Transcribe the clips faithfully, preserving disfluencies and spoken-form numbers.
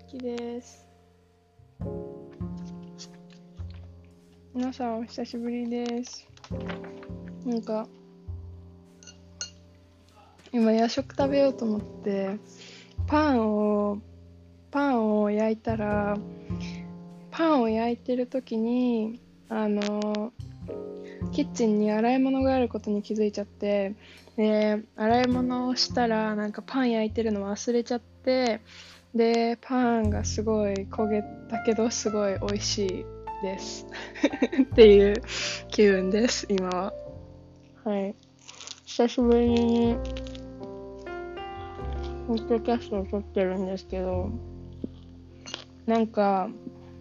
きです。皆さんお久しぶりです。なんか今夜食食べようと思ってパンをパンを焼いたらパンを焼いてる時にあのキッチンに洗い物があることに気づいちゃって、で洗い物をしたらなんかパン焼いてるの忘れちゃって、でパンがすごい焦げたけどすごい美味しいですっていう気分です今は。はい、久しぶりにポッドキャストを撮ってるんですけど、なんか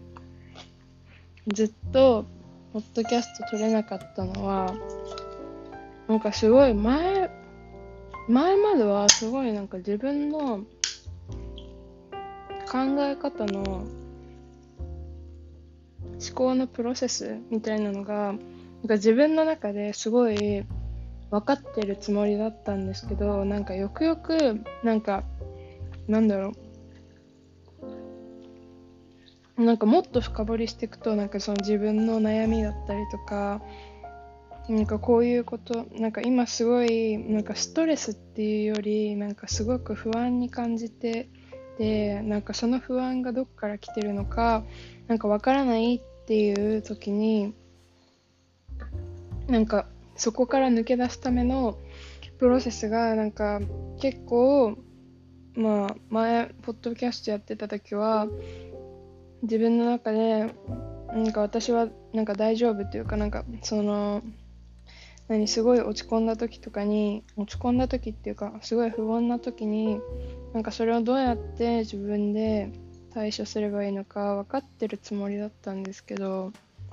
ずっとポッドキャスト撮れなかったのは、なんかすごい前前まではすごいなんか自分の考え方の思考のプロセスみたいなのがなんか自分の中ですごい分かってるつもりだったんですけど、なんかよくよくなんかなんだろうなんかもっと深掘りしていくと、なんかその自分の悩みだったりとか、なんかこういうことなんか今すごいなんかストレスっていうよりなんかすごく不安に感じて、でなんかその不安がどっから来てるのかなんかわからないっていう時に、なんかそこから抜け出すためのプロセスがなんか結構、まあ前ポッドキャストやってた時は自分の中でなんか私はなんか大丈夫っていうか、なんかその何すごい落ち込んだ時とかに落ち込んだ時っていうかすごい不穏な時になんかそれをどうやって自分で対処すればいいのか分かってるつもりだったんですけど、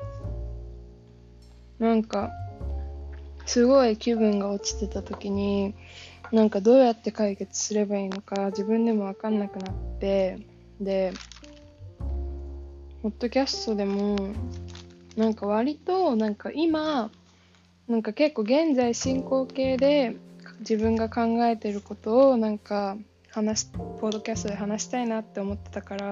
なんかすごい気分が落ちてた時になんかどうやって解決すればいいのか自分でも分かんなくなって、でポッドキャストでもなんか割となんか今なんか結構現在進行形で自分が考えてることをなんか話すポッドキャストで話したいなって思ってたから、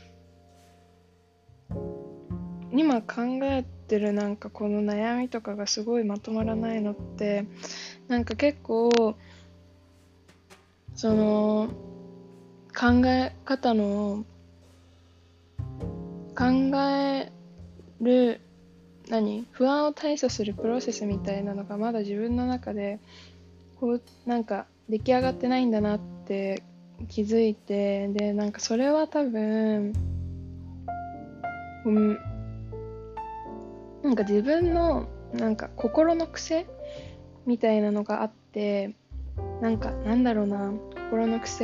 今考えてるなんかこの悩みとかがすごいまとまらないのってなんか結構その考え方の考える何不安を対処するプロセスみたいなのがまだ自分の中でこうなんか出来上がってないんだなって気づいて、でなんかそれは多分うんなんか自分のなんか心の癖みたいなのがあって、なんかなんだろうな心の癖、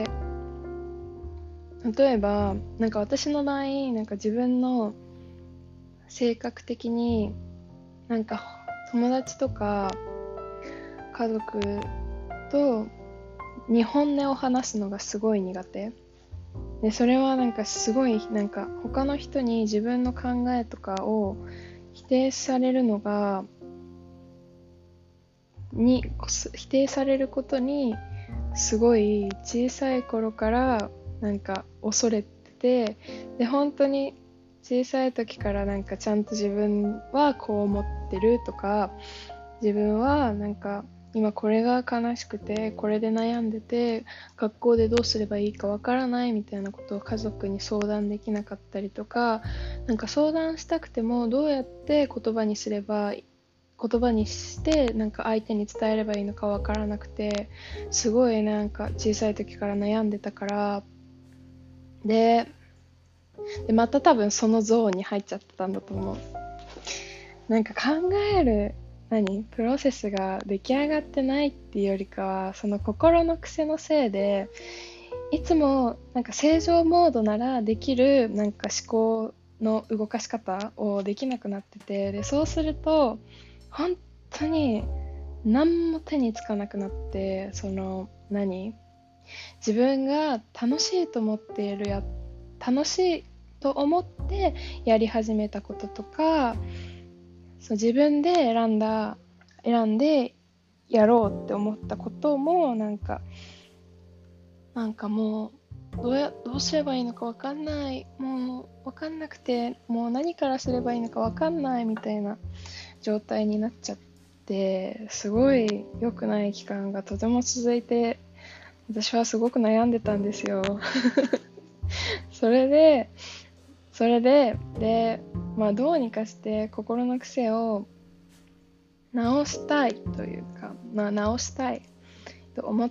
例えばなんか私の場合なんか自分の性格的になんか友達とか家族とに本音を話すのがすごい苦手で、それはなんかすごいなんか他の人に自分の考えとかを否定されるのがに否定されることにすごい小さい頃からなんか恐れてて、で本当に小さい時からなんかちゃんと自分はこう思ってるとか、自分はなんか今これが悲しくてこれで悩んでて学校でどうすればいいかわからないみたいなことを家族に相談できなかったりとか、なんか相談したくてもどうやって言葉にすれば言葉にしてなんか相手に伝えればいいのかわからなくて、すごいなんか小さい時から悩んでたから、ででまた多分そのゾーンに入っちゃってたんだと思う。なんか考える何プロセスが出来上がってないっていうよりかは、その心の癖のせいでいつもなんか正常モードならできるなんか思考の動かし方をできなくなってて、でそうすると本当に何も手につかなくなって、その何自分が楽しいと思っているや楽しいと思ってやり始めたこととか、そう自分で選んだ選んでやろうって思ったこともなんかなんかもどうやどうすればいいのかわかんない、もうわかんなくて、もう何からすればいいのかわかんないみたいな状態になっちゃって、すごい良くない期間がとても続いて、私はすごく悩んでたんですよ。それでそれででまあどうにかして心の癖を直したいというか、まあ直したいと思って、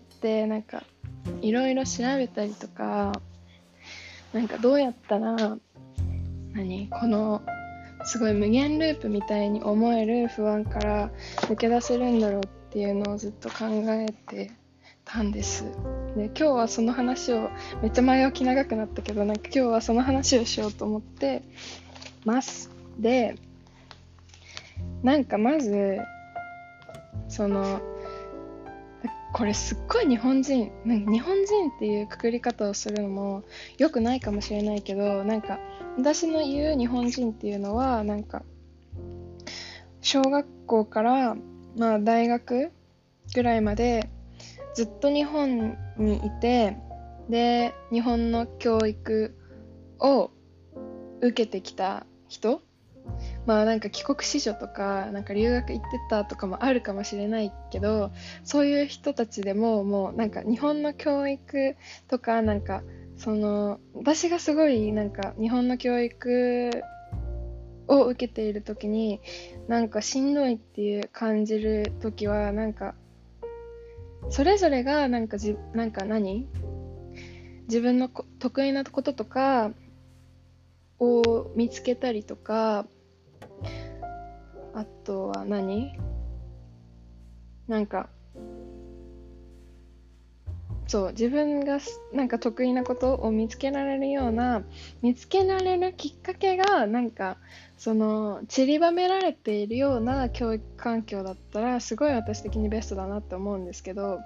なんかいろいろ調べたりとか、なんかどうやったら何このすごい無限ループみたいに思える不安から抜け出せるんだろうっていうのをずっと考えてたんです。で、今日はその話を、めっちゃ前置き長くなったけど、なんか今日はその話をしようと思ってます。で、なんかまずそのこれすっごい日本人なんか日本人っていうくくり方をするのも良くないかもしれないけど、なんか私の言う日本人っていうのは、なんか小学校からまあ大学ぐらいまでずっと日本にいて、で日本の教育を受けてきた人、まあなんか帰国子女とかなんか留学行ってたとかもあるかもしれないけど、そういう人たちでももうなんか日本の教育とか、なんかその私がすごいなんか日本の教育を受けている時になんかしんどいっていう感じる時は、なんかそれぞれがなんかじなんか何自分のこ得意なこととかを見つけたりとか、あとは何なんかそう自分がなんか得意なことを見つけられるような見つけられるきっかけがなんかその散りばめられているような教育環境だったらすごい私的にベストだなって思うんですけど、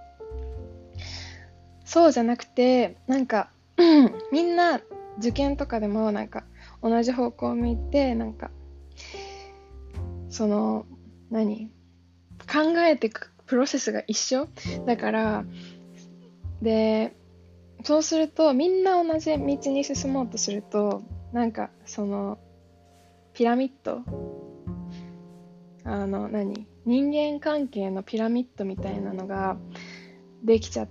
そうじゃなくてなんかみんな受験とかでもなんか同じ方向を向いて、なんかその何考えていくプロセスが一緒だから、でそうするとみんな同じ道に進もうとすると、なんかそのピラミッドあの何人間関係のピラミッドみたいなのができちゃって、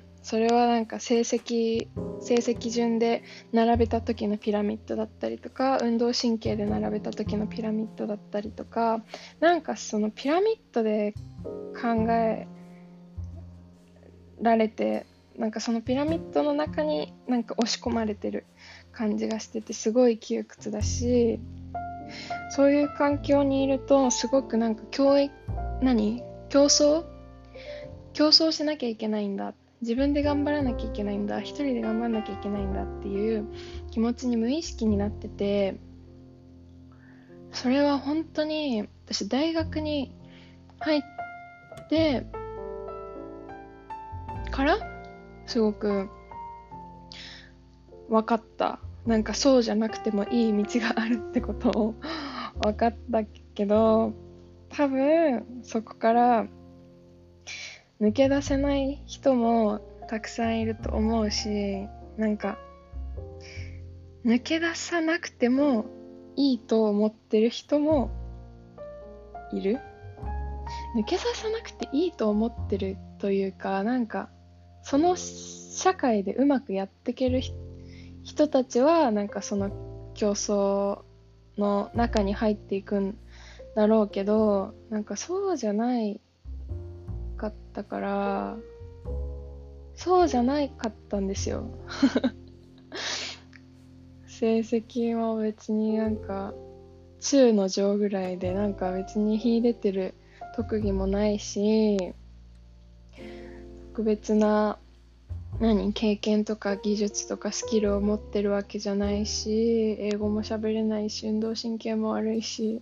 それはなんか成績成績順で並べた時のピラミッドだったりとか、運動神経で並べた時のピラミッドだったりとか、なんかそのピラミッドで考えられて、なんかそのピラミッドの中になんか押し込まれてる感じがしてて、すごい窮屈だし、そういう環境にいるとすごくなんか教育何競争競争しなきゃいけないんだ、自分で頑張らなきゃいけないんだ、一人で頑張らなきゃいけないんだっていう気持ちに無意識になってて、それは本当に私大学に入ってからすごく分かった。なんかそうじゃなくてもいい道があるってことを分かったけど、多分そこから抜け出せない人もたくさんいると思うし、なんか抜け出さなくてもいいと思ってる人もいる。抜け出さなくていいと思ってるというか、なんかその社会でうまくやっていける人たちはなんかその競争の中に入っていくんだろうけど、なんかそうじゃないかったから、そうじゃないかったんですよ。成績も別になんか中の上ぐらいで、なんか別に秀でてる特技もないし、特別な何経験とか技術とかスキルを持ってるわけじゃないし、英語も喋れないし、運動神経も悪いし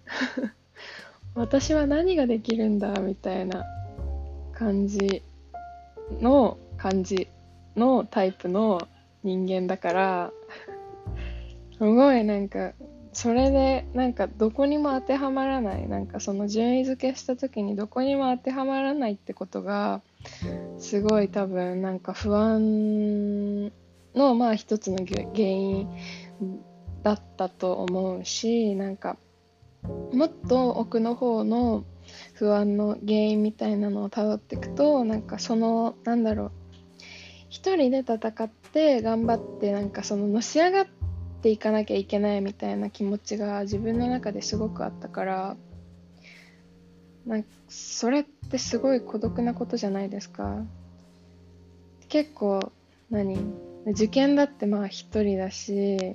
私は何ができるんだみたいな感じの感じのタイプの人間だから、すごいなんかそれでなんかどこにも当てはまらない、なんかその順位付けした時にどこにも当てはまらないってことがすごい多分なんか不安のまあ一つの原因だったと思うし、なんかもっと奥の方の不安の原因みたいなのをたどっていくと、なんかそのなんだろう、一人で戦って頑張ってなんかそののし上がっていかなきゃいけないみたいな気持ちが自分の中ですごくあったから、なんかそれってすごい孤独なことじゃないですか。結構何受験だってまあ一人だし、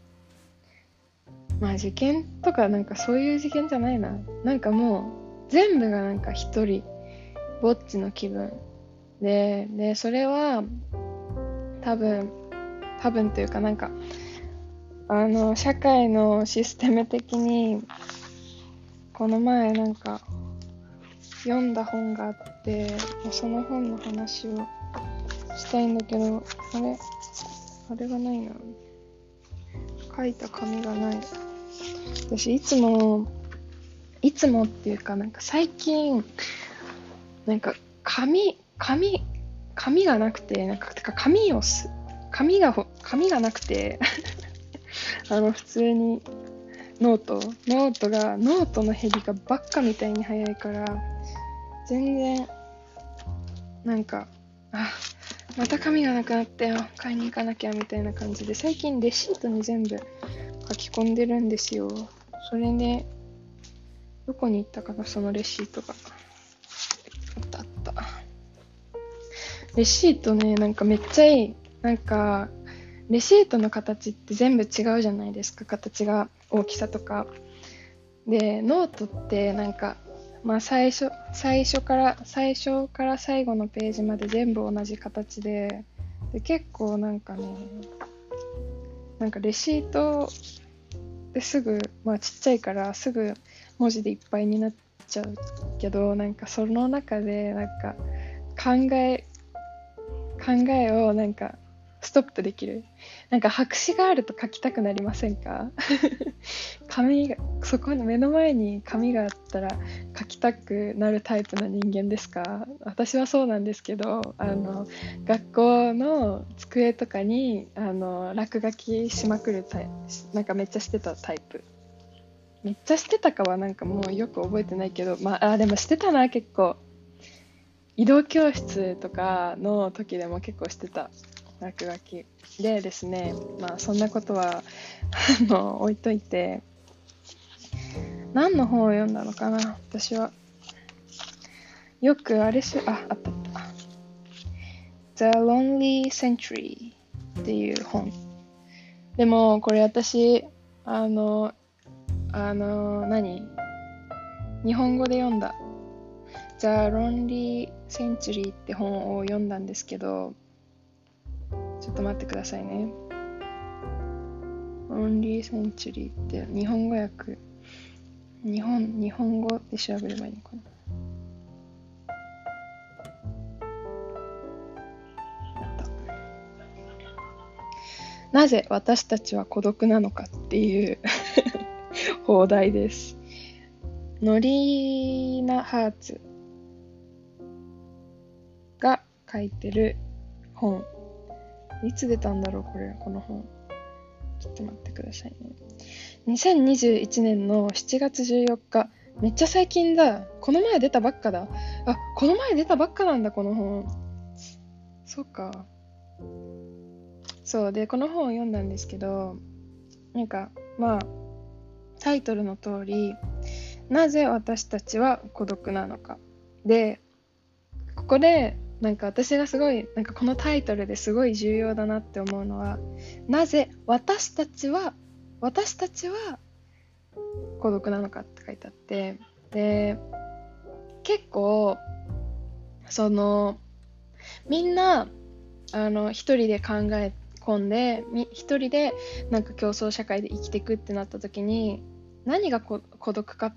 まあ受験とかなんかそういう受験じゃないな、なんかもう全部がなんか一人ぼっちの気分で、でそれは多分多分というかなんかあの社会のシステム的に、この前なんか読んだ本があって、その本の話をしたいんだけど、あれあれがないな、書いた紙がない。私いつもいつもっていうかなんか最近なんか紙紙紙がなくて、なんかてか紙をす紙が紙がなくてあの普通にノートノートがノートの減りがばっかみたいに早いから、全然なんかあまた紙がなくなったよ、買いに行かなきゃみたいな感じで、最近レシートに全部書き込んでるんですよ。それでどこに行ったかな、そのレシートが。あったあった。レシートね、なんかめっちゃいい。なんかレシートの形って全部違うじゃないですか、形が、大きさとかで。ノートってなんかまあ最初最初から最初から最後のページまで全部同じ形で、で結構なんかね、なんかレシートですぐ、まあちっちゃいからすぐ文字でいっぱいになっちゃうけど、なんかその中でなんか考え考えをなんかストップできる。なんか白紙があると書きたくなりませんか？紙が、そこの目の前に紙があったら書きたくなるタイプの人間ですか？私はそうなんですけど、あの学校の机とかにあの落書きしまくるタイプ、なんかめっちゃしてたタイプ。めっちゃしてたかはなんかもうよく覚えてないけど、まあ、あでもしてたな、結構。移動教室とかの時でも結構してた、落書きでですね。まあそんなことはあの置いといて、何の本を読んだのかな、私は。よくあれし、あ、あったあった。The Lonely Century っていう本。でもこれ私、あの、あの、何日本語で読んだ。The Lonely Century って本を読んだんですけど、ちょっと待ってくださいね。Lonely Century って日本語訳、日本、日本語で調べればいいのかな。なぜ私たちは孤独なのかっていう放題です。ノリーナ・ハーツが書いてる本。いつ出たんだろうこれ、この本。ちょっと待ってくださいね。にせんにじゅういちねんのしちがつじゅうよっか。めっちゃ最近だ。この前出たばっかだ。あ、この前出たばっかなんだ、この本。そうか。そうで、この本を読んだんですけど、なんかまあタイトルの通り、なぜ私たちは孤独なのかで、ここでなんか私がすごいなんかこのタイトルですごい重要だなって思うのは、なぜ私たちは私たちは孤独なのかって書いてあって、で結構そのみんなあの一人で考え込んで、一人でなんか競争社会で生きていくってなった時に、何が孤独かって、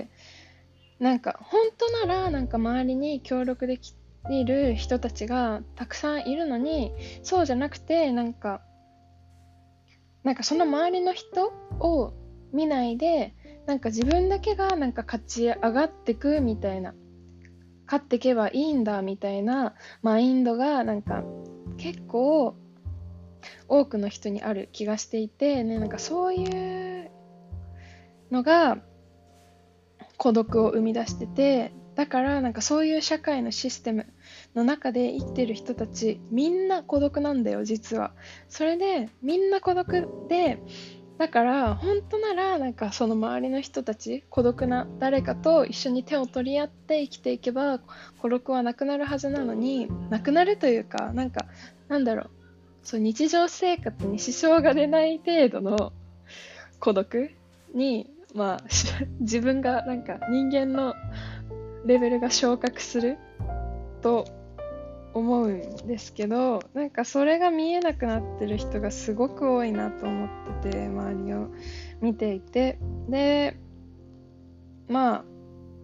なんか本当ならなんか周りに協力できる人たちがたくさんいるのに、そうじゃなくて、なんかなんかその周りの人を見ないで、なんか自分だけがなんか勝ち上がってくみたいな、勝っていけばいいんだみたいなマインドがなんか結構多くの人にある気がしていて、ね、なんかそういうのが孤独を生み出してて、だからなんかそういう社会のシステムの中で生きてる人たちみんな孤独なんだよ実は。それでみんな孤独で、だから本当ならなんかその周りの人たち、孤独な誰かと一緒に手を取り合って生きていけば孤独はなくなるはずなのに、なくなるというか、なんかなんだろう、そう日常生活に支障が出ない程度の孤独に、まあ自分がなんか人間のレベルが昇格すると思うんですけど、なんかそれが見えなくなってる人がすごく多いなと思ってて、周りを見ていて、でまあ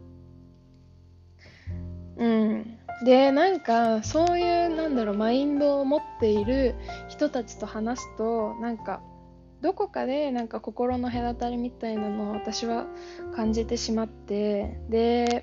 うんでなんかそういうなんだろうマインドを持っている人たちと話すと、なんかどこかでなんか心の隔たりみたいなのを私は感じてしまって、で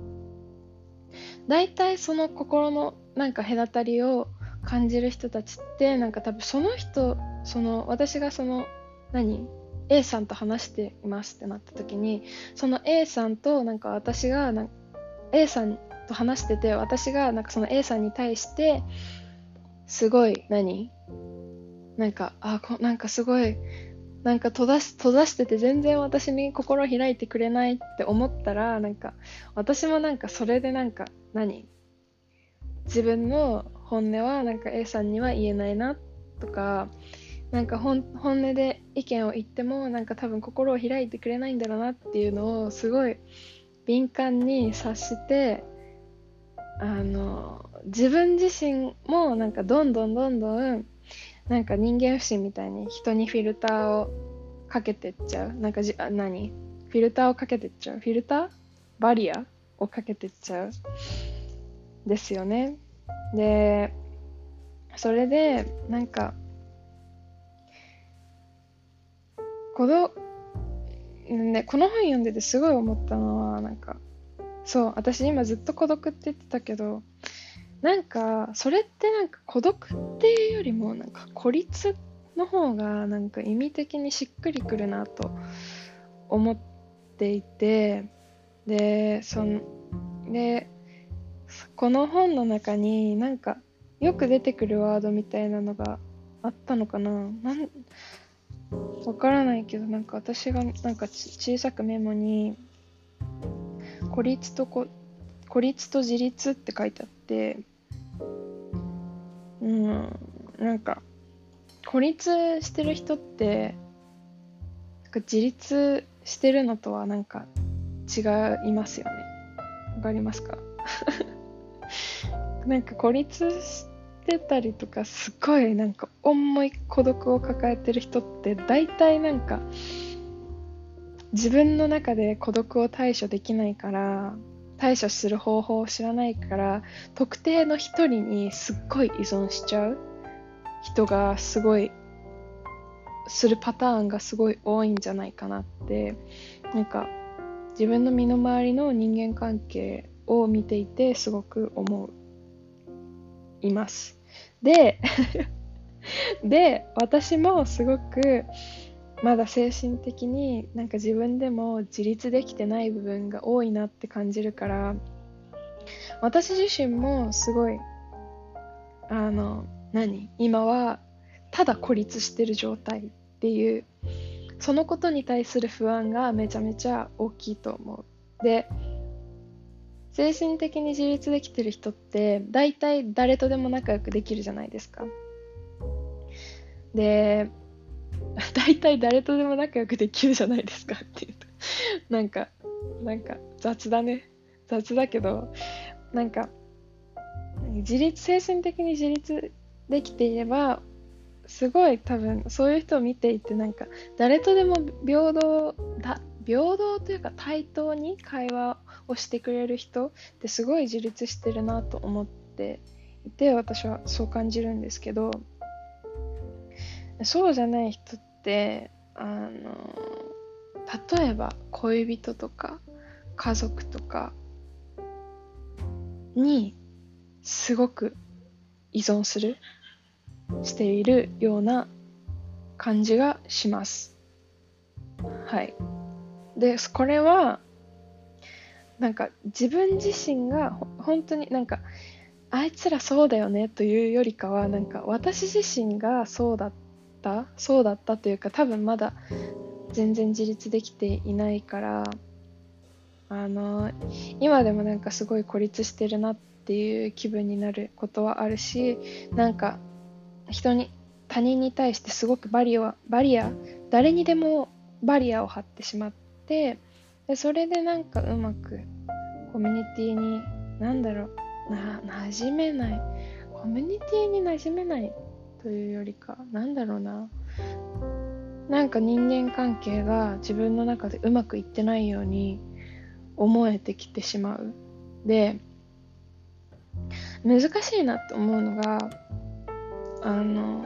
大体その心のなんか隔たりを感じる人たちってなんか多分その人、その私がその何 A さんと話していますってなった時に、その A さんとなんか私がなんか A さんと話してて、私がなんかその A さんに対してすごい何なんかあこなんかすごいなんか閉ざし閉ざしてて全然私に心を開いてくれないって思ったら、なんか私もなんかそれでなんか何自分の本音はなんか A さんには言えないなとか、なんか本本音で意見を言ってもなんか多分心を開いてくれないんだろうなっていうのをすごい敏感に察して、あの自分自身もなんかどんどんどんどんなんか人間不信みたいに人にフィルターをかけてっちゃう。なんかじあ何フィルターをかけてっちゃう。フィルターバリアをかけてっちゃう。ですよね。で、それで、なんか、この、ね、この本読んでてすごい思ったのは、なんか、そう、私今ずっと孤独って言ってたけど、なんか、それってなんか孤独っていうよりも、なんか孤立の方が、なんか意味的にしっくりくるなと思っていて、で、その、で、この本の中になんかよく出てくるワードみたいなのがあったのかな、なんわからないけど、なんか私がなんか小さくメモに孤立とこ孤立と自立って書いてあって、うん、なんか孤立してる人ってなんか自立してるのとはなんか違いますよね。わかりますか？なんか孤立してたりとかすごいなんか重い孤独を抱えてる人って大体なんか自分の中で孤独を対処できないから、対処する方法を知らないから、特定の一人にすっごい依存しちゃう人がすごいするパターンがすごい多いんじゃないかなって、なんか自分の身の回りの人間関係を見ていてすごく思います。でで私もすごくまだ精神的になんか自分でも自立できてない部分が多いなって感じるから、私自身もすごいあの何今はただ孤立してる状態っていう、そのことに対する不安がめちゃめちゃ大きいと思う。で、精神的に自立できてる人って大体誰とでも仲良くできるじゃないですか。で大体誰とでも仲良くできるじゃないですかっていうとなんかなんか雑だね雑だけど、なんか自立精神的に自立できていればすごい多分そういう人を見ていて、なんか誰とでも平等だ平等というか対等に会話をしてくれる人ってすごい自立してるなと思っていて、私はそう感じるんですけど、そうじゃない人ってあの例えば恋人とか家族とかにすごく依存する。 しているような感じがします。はい。で、これはなんか自分自身がほ本当になんかあいつらそうだよねというよりかは、なんか私自身がそうだったそうだったというか、多分まだ全然自立できていないから、あの今でもなんかすごい孤立してるなっていう気分になることはあるし、なんか人に他人に対してすごくバリアバリア誰にでもバリアを張ってしまって、でそれでなんかうまくコミュニティになんだろうな馴染めないコミュニティに馴染めないというよりか、なんだろうななんか人間関係が自分の中でうまくいってないように思えてきてしまう。で、難しいなって思うのが、あの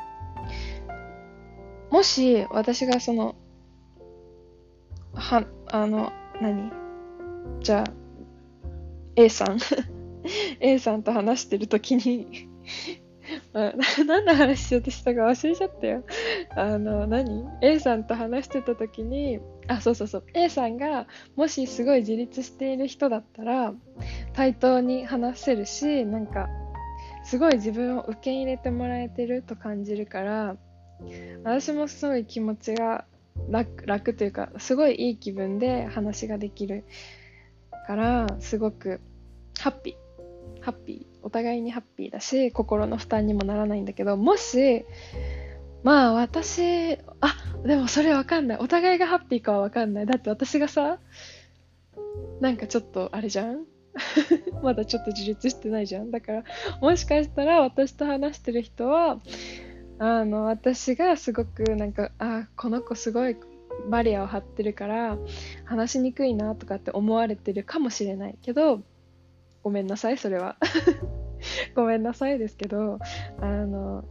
もし私がそのはあの何じゃあ A さんA さんと話してるときにあ何の話しようとしたか忘れちゃったよ。あの何 A さんと話してたときに、あ、そうそうそう、 A さんがもしすごい自立している人だったら対等に話せるし、なんかすごい自分を受け入れてもらえてると感じるから、私もすごい気持ちが楽、楽というか、すごいいい気分で話ができるから、すごくハッピー、ハッピー、お互いにハッピーだし、心の負担にもならないんだけど、もし、まあ私、あ、でもそれわかんない。お互いがハッピーかはわかんない。だって私がさ、なんかちょっとあれじゃんまだちょっと自立してないじゃん。だから、もしかしたら私と話してる人は、あの私がすごくなんかあこの子すごいバリアを張ってるから話しにくいなとかって思われてるかもしれないけど、ごめんなさいそれはごめんなさいですけど、あの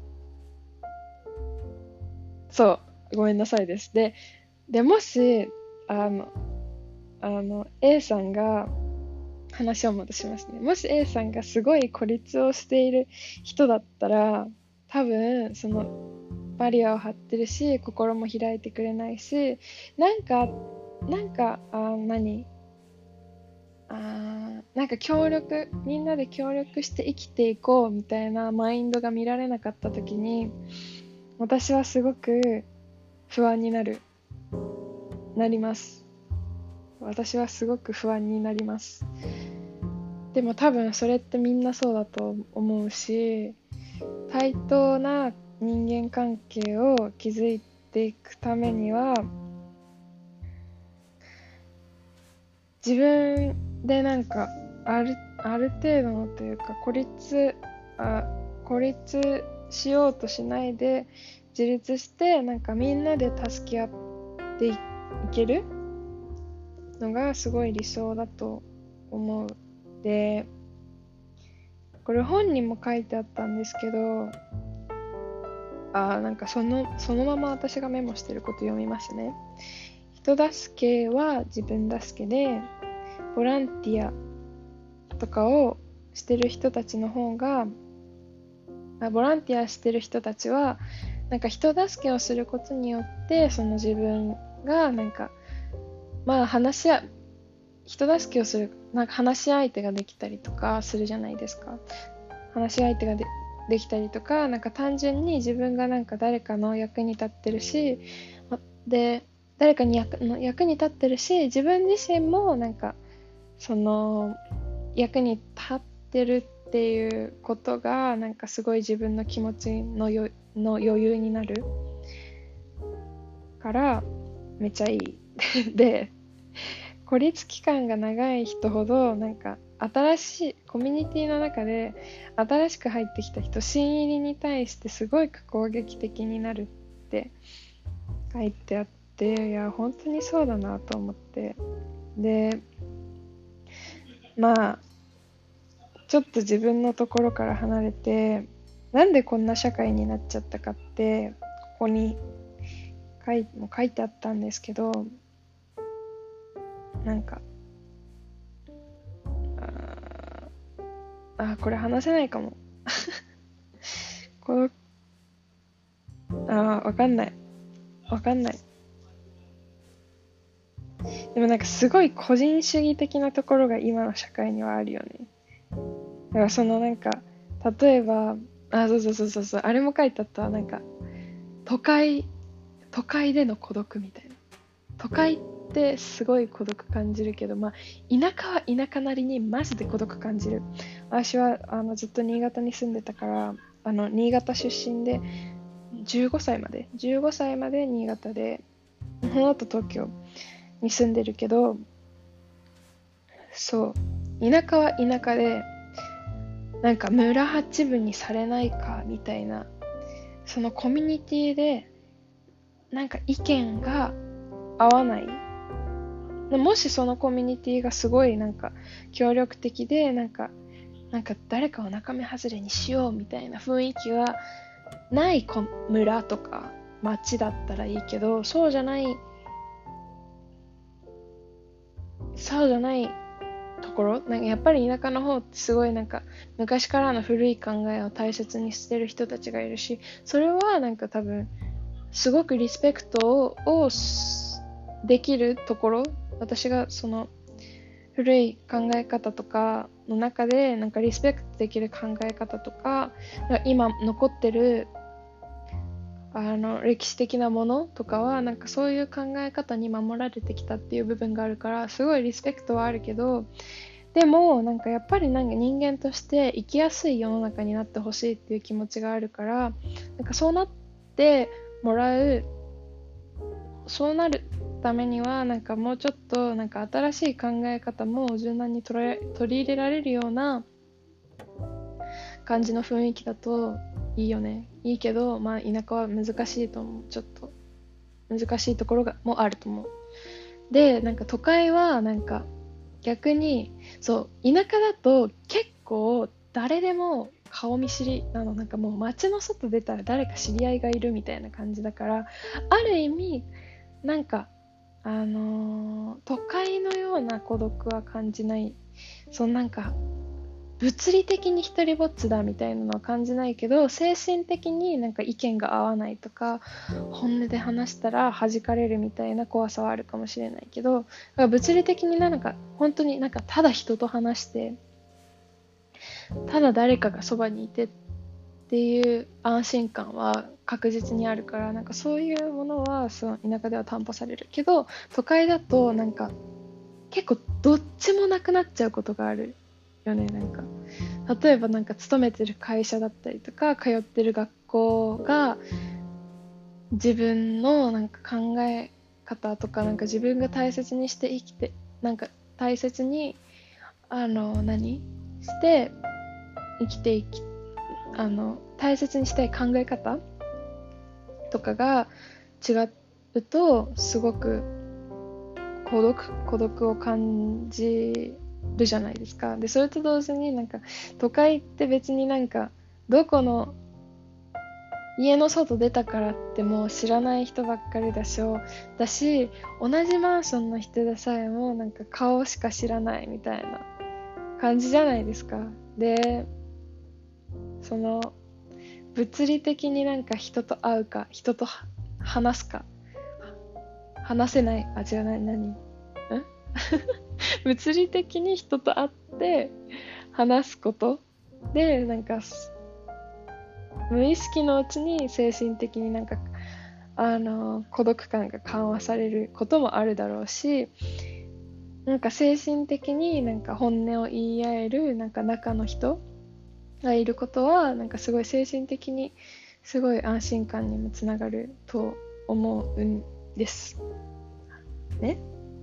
そうごめんなさいです。ででもしあのあの A さんが話を戻しますね。もし A さんがすごい孤立をしている人だったら、多分そのバリアを張ってるし、心も開いてくれないし、なんかなんかあ何あーなんか協力みんなで協力して生きていこうみたいなマインドが見られなかった時に、私はすごく不安になるなります。私はすごく不安になります。でも多分それってみんなそうだと思うし、対等な人間関係を築いていくためには、自分でなんかあるある程度のというか孤立あ孤立しようとしないで自立して、なんかみんなで助け合ってい、いけるのがすごい理想だと思う。で、これ本にも書いてあったんですけど、あなんかそのそのまま私がメモしてること読みますね。人助けは自分助けで、ボランティアとかをしてる人たちの方があボランティアしてる人たちはなんか人助けをすることによって、その自分がなんかまあ話し合人助けをするなんか話し相手ができたりとかするじゃないですか。話し相手がでできたりとか、なんか単純に自分がなんか誰かの役に立ってるし、で誰かに役の役に立ってるし、自分自身もなんかその役に立ってるっていうことがなんかすごい自分の気持ちのよの余裕になるからめっちゃいいで、孤立期間が長い人ほどなんか新しいコミュニティの中で新しく入ってきた人、新入りに対してすごい攻撃的になるって書いてあって、いや本当にそうだなと思って、でまあちょっと自分のところから離れて、なんでこんな社会になっちゃったかってここに書い、書いてあったんですけど、なんかあーあこれ話せないかもこのわかんないわかんないでもなんかすごい個人主義的なところが今の社会にはあるよね。だからそのなんか例えばあそうそうそうそうそうあれも書いてあった。なんか都会都会での孤独みたいな。都会ってすごい孤独感じるけど、まあ田舎は田舎なりにマジで孤独感じる。私はあのずっと新潟に住んでたから、あの新潟出身でじゅうごさいまでじゅうごさいまで新潟で、その後東京に住んでるけど、そう田舎は田舎でなんか村八分にされないかみたいな、そのコミュニティでなんか意見が合わない。もしそのコミュニティがすごいなんか協力的でなんかなんか誰かを仲間外れにしようみたいな雰囲気がない村とか町だったらいいけど、そうじゃないそうじゃないところ、なんかやっぱり田舎の方ってすごいなんか昔からの古い考えを大切にしてる人たちがいるし、それはなんか多分すごくリスペクトをできるところ、私がその古い考え方とかの中でなんかリスペクトできる考え方とか、今残ってるあの歴史的なものとかはなんかそういう考え方に守られてきたっていう部分があるから、すごいリスペクトはあるけど、でもなんかやっぱりなんか人間として生きやすい世の中になってほしいっていう気持ちがあるから、なんかそうなってもらうそうなるためにはなんかもうちょっとなんか新しい考え方も柔軟に取り入れられるような感じの雰囲気だといいよね。いいけど、まあ田舎は難しいと思う。ちょっと難しいところがもあると思う。で、なんか都会はなんか逆にそう田舎だと結構誰でも顔見知りなの。なんかもう街の外出たら誰か知り合いがいるみたいな感じだから、ある意味なんかあのー都会のような孤独は感じない。そのなんか物理的に一人ぼっちだみたいなのは感じないけど、精神的になんか意見が合わないとか、本音で話したら弾かれるみたいな怖さはあるかもしれないけど、物理的になんか本当になんかただ人と話して、ただ誰かがそばにいてっていう安心感は確実にあるから、なんかそういうものはその田舎では担保されるけど、都会だとなんか結構どっちもなくなっちゃうことがあるよね。なんか例えばなんか勤めてる会社だったりとか通ってる学校が自分のなんか考え方とかなんか自分が大切にして生きてなんか大切にあの何して生きていきあの大切にしたい考え方とかが違うとすごく孤独孤独を感じるじゃないですか。でそれと同時になんか都会って別になんかどこの家の外出たからってもう知らない人ばっかりだしだし同じマンションの人でさえもなんか顔しか知らないみたいな感じじゃないですか。でその物理的になんか人と会うか人と話すか話せないあ違う何何ん物理的に人と会って話すことでなんか無意識のうちに精神的になんかあの孤独感が緩和されることもあるだろうし、なんか精神的になんか本音を言い合えるなんか中の人がいることはなんかすごい精神的にすごい安心感にもつながると思うんですね。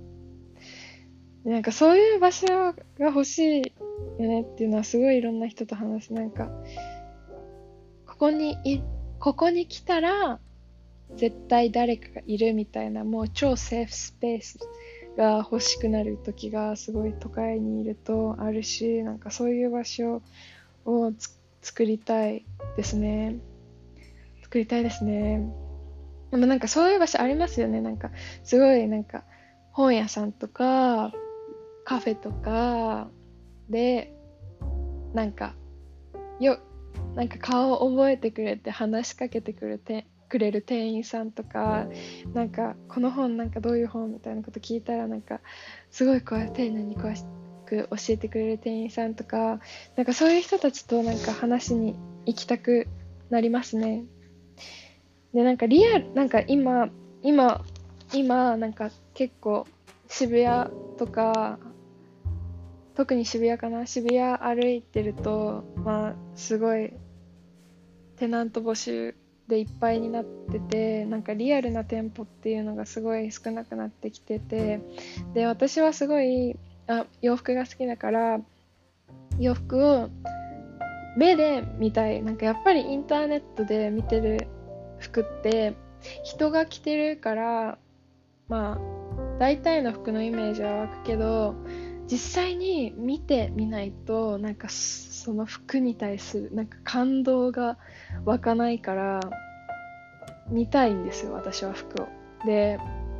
なんかそういう場所が欲しいよねっていうのはすごいいろんな人と話す。なんかここにいここに来たら絶対誰かがいるみたいな、もう超セーフスペースが欲しくなる時がすごい都会にいるとあるし、なんかそういう場所を作りたいですね。作りたいですね。でもなんかそういう場所ありますよね。なんかすごいなんか本屋さんとかカフェとかでなんかよなんか顔を覚えてくれて話しかけてくれてくれる店員さんとか、なんかこの本なんかどういう本みたいなこと聞いたらなんかすごいこう丁寧に詳しく教えてくれる店員さんとか、なんかそういう人たちとなんか話に行きたくなりますね。でなんかリアルなんか今今今なんか結構渋谷とか、特に渋谷かな、渋谷歩いてるとまあすごいテナント募集でいっぱいになってて、なんかリアルな店舗っていうのがすごい少なくなってきてて、で私はすごいあ洋服が好きだから洋服を目で見たい。なんかやっぱりインターネットで見てる服って人が着てるから、まあ大体の服のイメージは湧くけど、実際に見てみないとなんかその服に対するなんか感動が湧かないから、見たいんですよ私は服を。で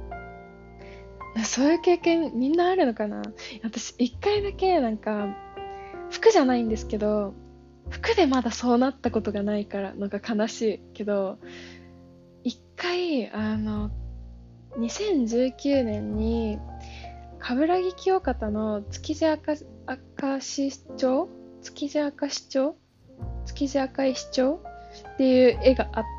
そういう経験みんなあるのかな。私一回だけなんか服じゃないんですけど、服でまだそうなったことがないからのが悲しいけど、一回あのにせんじゅうきゅうねんに冠城清方の築地明石町築地明石町築地赤石町っていう絵があって、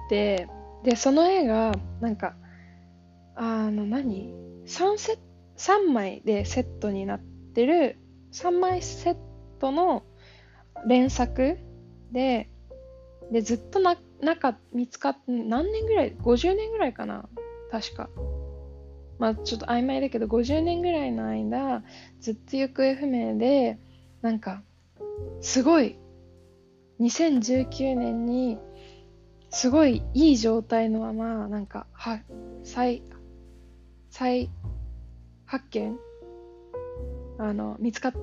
でその絵がなんかあの何3セさんまいでセットになってるさんまいセットの連作で、でずっとな中見つかって何年ぐらいごじゅうねんぐらいかな確か、まあちょっと曖昧だけどごじゅうねんぐらいの間ずっと行方不明で、なんかすごいにせんじゅうきゅうねんにすごいいい状態のままなんかは再再発見あの見つかって、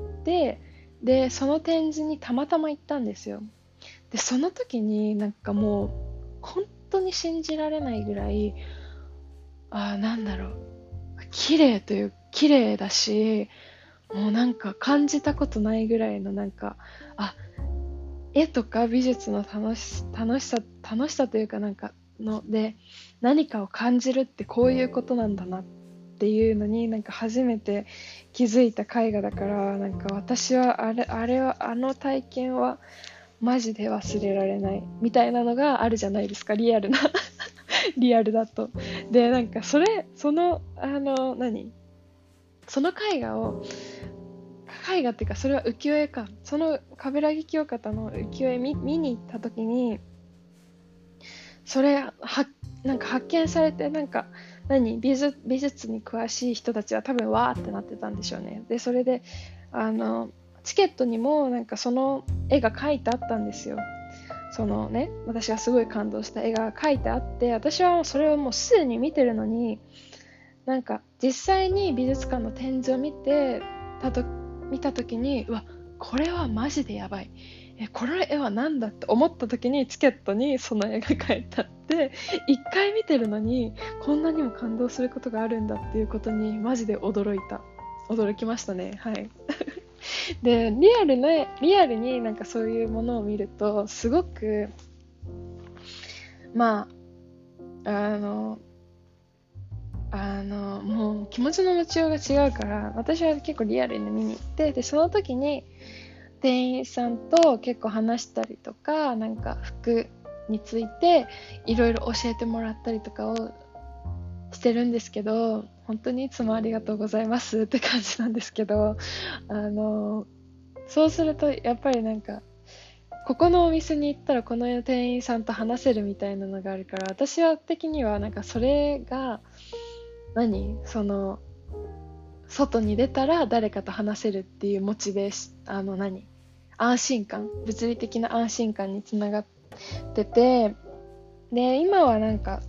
でその展示にたまたま行ったんですよ。でその時になんかもう本当に信じられないぐらい、あーなんだろう、綺麗という綺麗だし、もうなんか感じたことないぐらいのなんか、あ絵とか美術の楽し楽しさ楽しさというかなんかので何かを感じるってこういうことなんだなっていうのになんか初めて気づいた絵画だから、なんか私はあれあれはあの体験はマジで忘れられないみたいなのがあるじゃないですか、リアルなリアルだと。でなんかそれそのあの何その絵画を絵画っていうかそれは浮世絵か、その冠城清方の浮世絵 見, 見に行った時にそれはなんか発見されて、なんか何 美術、美術に詳しい人たちは多分わーってなってたんでしょうね。でそれであのチケットにもなんかその絵が描いてあったんですよ。そのね私がすごい感動した絵が描いてあって、私はそれをもうすでに見てるのに、なんか実際に美術館の展示を見てたと見た時に、うわこれはマジでやばい、えこの絵はなんだって思った時にチケットにその絵が描いてあって、一回見てるのにこんなにも感動することがあるんだっていうことにマジで驚いた驚きましたね。はいでリアルねリアルになんかそういうものを見るとすごくまああのあのもう気持ちの持ちようが違うから、私は結構リアルに見に行って、でその時に店員さんと結構話したりとか、なんか服についていろいろ教えてもらったりとかをしてるんですけど、本当にいつもありがとうございますって感じなんですけど、あのそうするとやっぱりなんかここのお店に行ったらこの店員さんと話せるみたいなのがあるから、私は的にはなんかそれが何その外に出たら誰かと話せるっていうモチベーション、あの何安心感、物理的な安心感につながってて、で今はなんか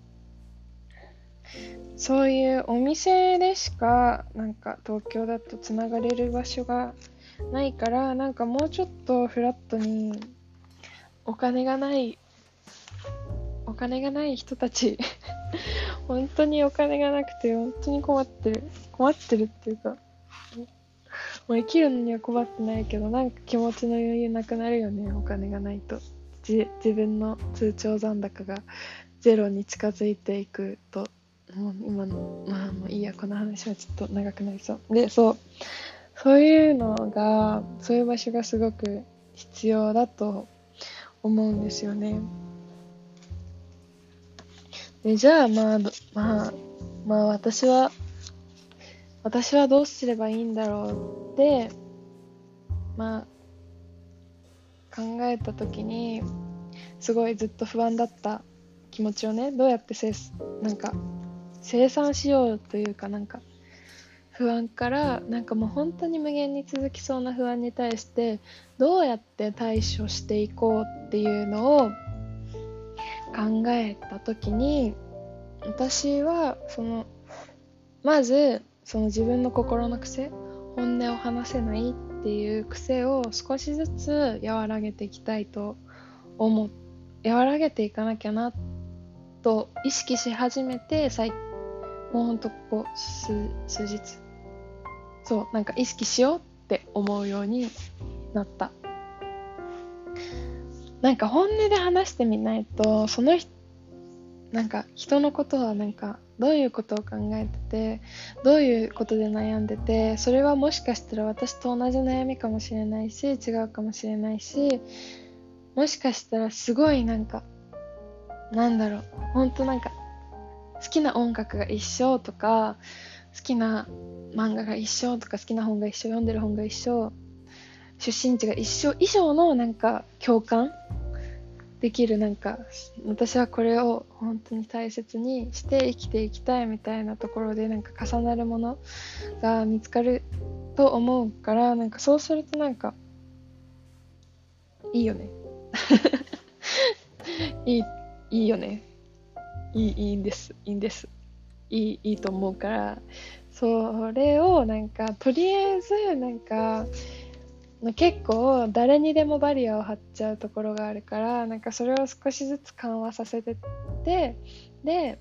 そういうお店でしかなんか東京だとつながれる場所がないから、なんかもうちょっとフラットにお金がないお金がない人たち本当にお金がなくて本当に困ってる困ってるっていうか、もう生きるのには困ってないけど、なんか気持ちの余裕なくなるよね、お金がないと。じ自分の通帳残高がゼロに近づいていくと、もう今のまあもういいや、この話はちょっと長くなりそうで、そうそういうのがそういう場所がすごく必要だと思うんですよね。でじゃあまあまあまあ私は私はどうすればいいんだろうってまあ考えた時に、すごいずっと不安だった気持ちをね、どうやってせなんか清算しようというか、なんか不安からなんかもう本当に無限に続きそうな不安に対してどうやって対処していこうっていうのを考えた時に、私はそのまずその自分の心の癖、本音を話せないっていう癖を少しずつ和らげていきたいと思う和らげていかなきゃなと意識し始めて、最もうほんとここ 数, 数日そうなんか意識しようって思うようになった。なんか本音で話してみないと、その人なんか人のことはなんかどういうことを考えてて、どういうことで悩んでて、それはもしかしたら私と同じ悩みかもしれないし、違うかもしれないし、もしかしたらすごいなんかなんだろう、ほんとなんか好きな音楽が一緒とか、好きな漫画が一緒とか、好きな本が一緒、読んでる本が一緒、出身地が一緒以上のなんか共感できる、なんか私はこれを本当に大切にして生きていきたいみたいなところで、なんか重なるものが見つかると思うから、なんかそうするとなんかいいよねいいいいよねいいいいんですいいんですいいいいと思うから、それをなんかとりあえずなんか結構誰にでもバリアを張っちゃうところがあるから、なんかそれを少しずつ緩和させてって、で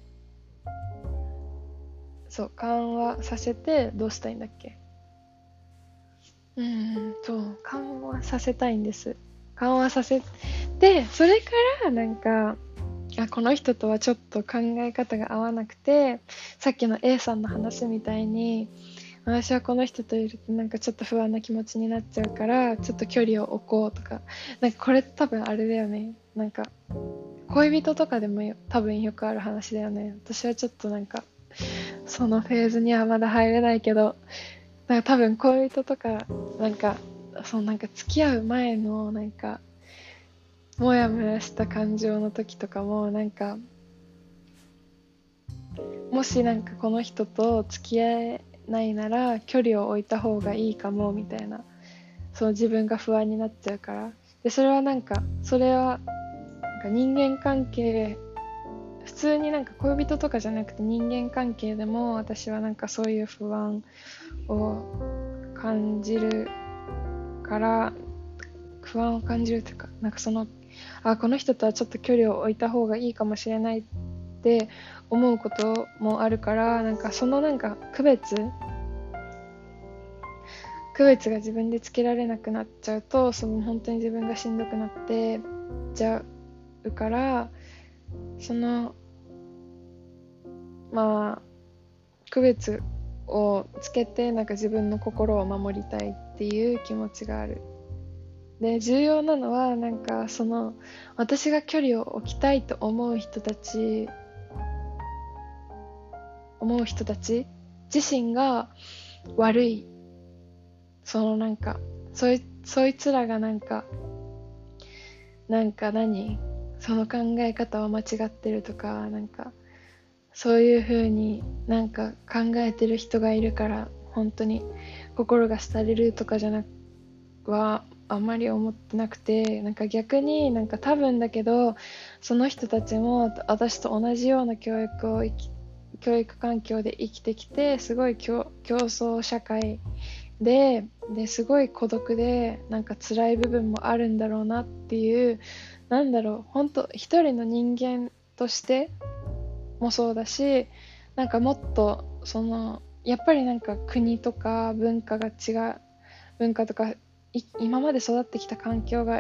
そう緩和させてどうしたいんだっけ、うーんそう緩和させたいんです。緩和させて、それからなんかあこの人とはちょっと考え方が合わなくて、さっきの A さんの話みたいに私はこの人といるとなんかちょっと不安な気持ちになっちゃうからちょっと距離を置こうとか、なんかこれ多分あれだよね、なんか恋人とかでもよ多分よくある話だよね。私はちょっとなんかそのフェーズにはまだ入れないけど、なんか多分恋人とかなんかそのなんか付き合う前のなんかもやもやした感情の時とかも、なんかもしなんかこの人と付き合えないなら距離を置いた方がいいかもみたいな、その自分が不安になっちゃうから。でそれはなんかそれはなんか人間関係、普通になんか恋人とかじゃなくて人間関係でも私はなんかそういう不安を感じるから、不安を感じるというか、なんかそのあこの人とはちょっと距離を置いた方がいいかもしれないって思うこともあるから、なんかそのなんか区別区別が自分でつけられなくなっちゃうと、その本当に自分がしんどくなってちゃうから、そのまあ区別をつけてなんか自分の心を守りたいっていう気持ちがある。で重要なのはなんかその私が距離を置きたいと思う人たち思う人たち自身が悪い、そのなんかそいそいつらがなんかなんか何その考え方は間違ってるとか、なんかそういう風になんか考えてる人がいるから本当に心が廃れるとかじゃなくはあんまり思ってなくて、なんか逆になんか多分だけどその人たちも私と同じような教育を生き教育環境で生きてきて、すごい競競争社会でですごい孤独でなんか辛い部分もあるんだろうなっていう、なんだろう本当一人の人間としてもそうだし、なんかもっとそのやっぱりなんか国とか文化が違う文化とかい今まで育ってきた環境が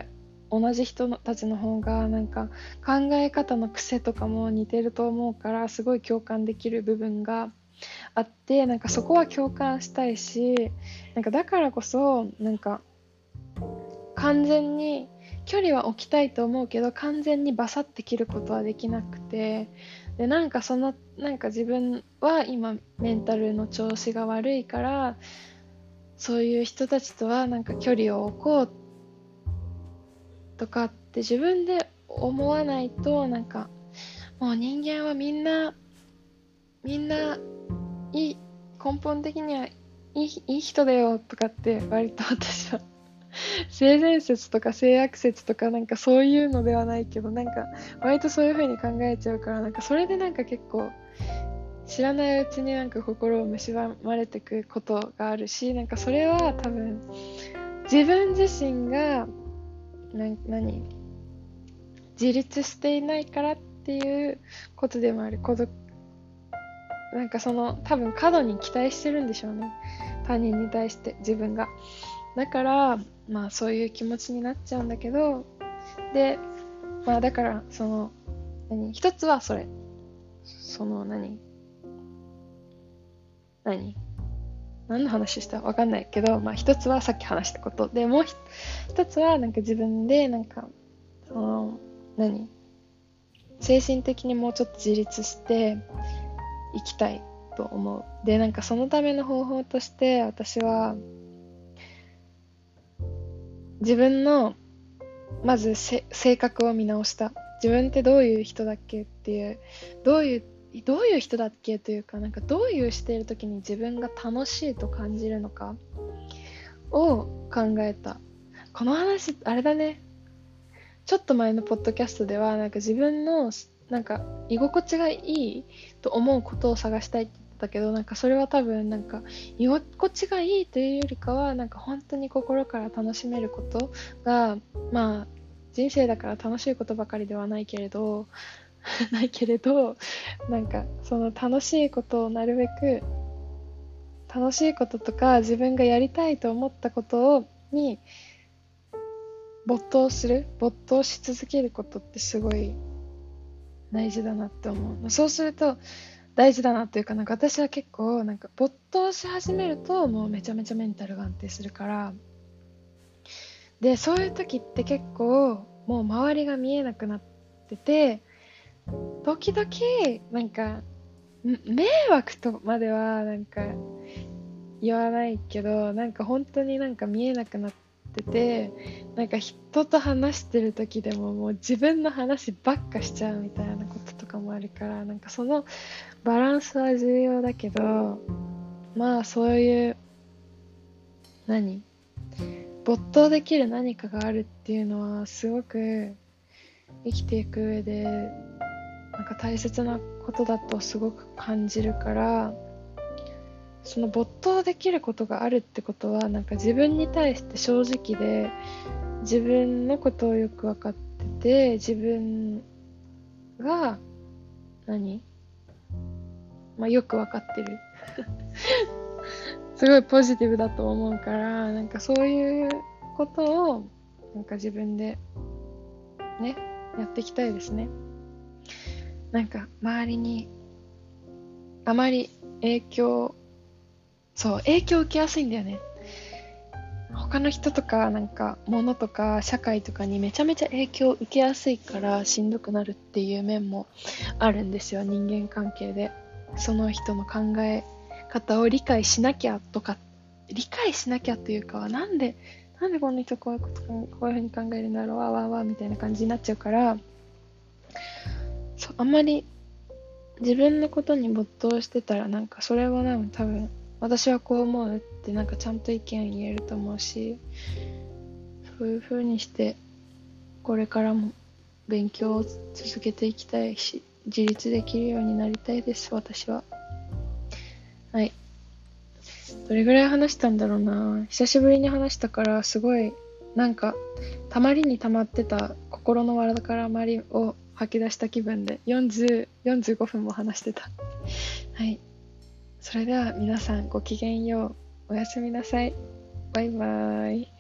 同じ人たちの方がなんか考え方の癖とかも似てると思うから、すごい共感できる部分があって、なんかそこは共感したいし、なんかだからこそなんか完全に距離は置きたいと思うけど、完全にバサッて切ることはできなくて、でなんかそのなんか自分は今メンタルの調子が悪いから、そういう人たちとはなんか距離を置こうとかって自分で思わないと、なんかもう人間はみんなみんないい、根本的にはいい、いい人だよとかって割と私は性善説とか性悪説とかなんかそういうのではないけど、なんか割とそういう風に考えちゃうから、なんかそれでなんか結構知らないうちになんか心を蝕まれてくことがあるし、なんかそれは多分自分自身がな何自立していないからっていうことでもある。孤独なんかその多分過度に期待してるんでしょうね、他人に対して自分が。だからまあそういう気持ちになっちゃうんだけど、でまあだからその何一つはそれその何何何の話したわかんないけど、まあ一つはさっき話したことで、もう一つはなんか自分でなんかその何精神的にもうちょっと自立していきたいと思う。でなんかそのための方法として私は自分のまず性格を見直した。自分ってどういう人だっけっていう、どういうどういう人だっけというか、なんかどういうしている時に自分が楽しいと感じるのかを考えた。この話あれだね、ちょっと前のポッドキャストではなんか自分のなんか居心地がいいと思うことを探したいって言ってたけど、なんかそれは多分なんか居心地がいいというよりかは、なんか本当に心から楽しめることが、まあ人生だから楽しいことばかりではないけれどないけれどなんかその楽しいことをなるべく楽しいこととか自分がやりたいと思ったことをに没頭する没頭し続けることってすごい大事だなって思う。そうすると大事だなっていうか、なんか私は結構なんか没頭し始めるともうめちゃめちゃメンタルが安定するから、でそういう時って結構もう周りが見えなくなってて、時々なんか迷惑とまではなんか言わないけど、なんか本当になんか見えなくなってて、なんか人と話してる時でももう自分の話ばっかしちゃうみたいなこととかもあるから、なんかそのバランスは重要だけど、まあそういう何没頭できる何かがあるっていうのはすごく生きていく上でなんか大切なことだとすごく感じるから、その没頭できることがあるってことはなんか自分に対して正直で、自分のことをよく分かってて、自分が何まあよく分かってるすごいポジティブだと思うから、なんかそういうことをなんか自分でねやっていきたいですね。なんか周りにあまり影響そう影響を受けやすいんだよね。他の人とかなんか物とか社会とかにめちゃめちゃ影響を受けやすいからしんどくなるっていう面もあるんですよ、人間関係で。その人の考え方を理解しなきゃとか、理解しなきゃというかはなんでなんでこの人こういうことこういうふうに考えるんだろうわわわみたいな感じになっちゃうから、そうあんまり自分のことに没頭してたらなんかそれはなんか多分私はこう思うってなんかちゃんと意見言えると思うし、そういう風にしてこれからも勉強を続けていきたいし、自立できるようになりたいです私は。はい、どれぐらい話したんだろうな。久しぶりに話したからすごいなんかたまりにたまってた心のわらからまりを吐き出した気分でよんじゅう、よんじゅうごふんも話してた。はい、それでは皆さんごきげんよう。おやすみなさい。バイバーイ。